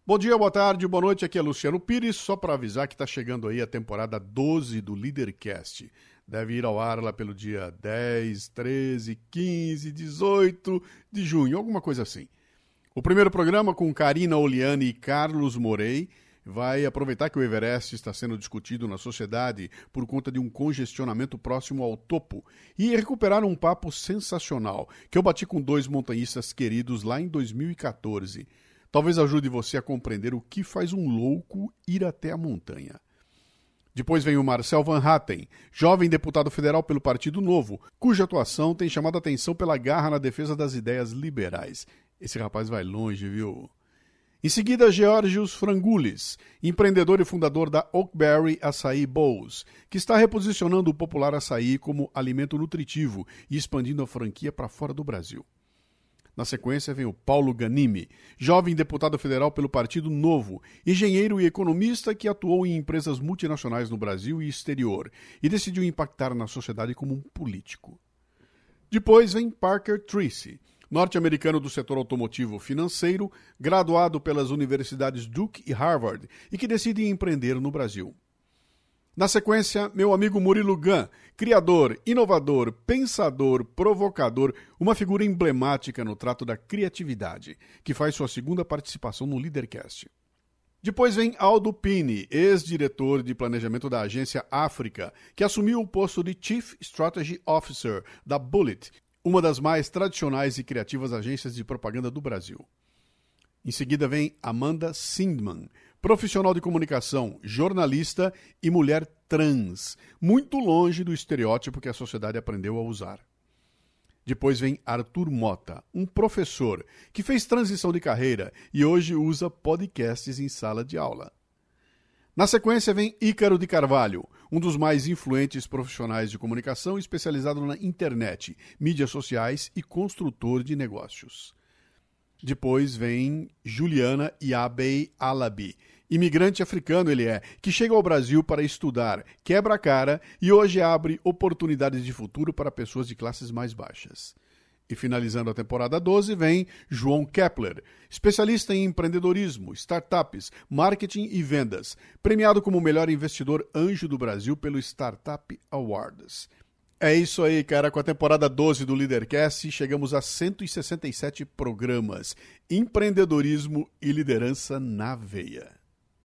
Bom dia, boa tarde, boa noite, aqui é Luciano Pires, só para avisar que está chegando aí a temporada 12 do Leadercast. Deve ir ao ar lá pelo dia 10, 13, 15, 18 de junho, alguma coisa assim. O primeiro programa com Karina Oliani e Carlos Morey vai aproveitar que o Everest está sendo discutido na sociedade por conta de um congestionamento próximo ao topo e recuperar um papo sensacional que eu bati com dois montanhistas queridos lá em 2014. Talvez ajude você a compreender o que faz um louco ir até a montanha. Depois vem o Marcel Van Hatten, jovem deputado federal pelo Partido Novo, cuja atuação tem chamado a atenção pela garra na defesa das ideias liberais. Esse rapaz vai longe, viu? Em seguida, Georgios Frangoulis, empreendedor e fundador da Oakberry Açaí Bowls, que está reposicionando o popular açaí como alimento nutritivo e expandindo a franquia para fora do Brasil. Na sequência vem o Paulo Ganimi, jovem deputado federal pelo Partido Novo, engenheiro e economista que atuou em empresas multinacionais no Brasil e exterior e decidiu impactar na sociedade como um político. Depois vem Parker Tracy, norte-americano do setor automotivo financeiro, graduado pelas universidades Duke e Harvard e que decide empreender no Brasil. Na sequência, meu amigo Murilo Gun, criador, inovador, pensador, provocador, uma figura emblemática no trato da criatividade, que faz sua segunda participação no Leadercast. Depois vem Aldo Pini, ex-diretor de planejamento da agência África, que assumiu o posto de Chief Strategy Officer da Bullet, uma das mais tradicionais e criativas agências de propaganda do Brasil. Em seguida vem Amanda Sindman, profissional de comunicação, jornalista e mulher trans, muito longe do estereótipo que a sociedade aprendeu a usar. Depois vem Arthur Mota, um professor que fez transição de carreira e hoje usa podcasts em sala de aula. Na sequência vem Ícaro de Carvalho, um dos mais influentes profissionais de comunicação especializado na internet, mídias sociais e construtor de negócios. Depois vem Juliana Yabey Alabi, imigrante africano ele é, que chega ao Brasil para estudar, quebra a cara e hoje abre oportunidades de futuro para pessoas de classes mais baixas. E finalizando a temporada 12 vem João Kepler, especialista em empreendedorismo, startups, marketing e vendas, premiado como o melhor investidor anjo do Brasil pelo Startup Awards. É isso aí, cara. Com a temporada 12 do Leadercast, chegamos a 167 programas. Empreendedorismo e liderança na veia.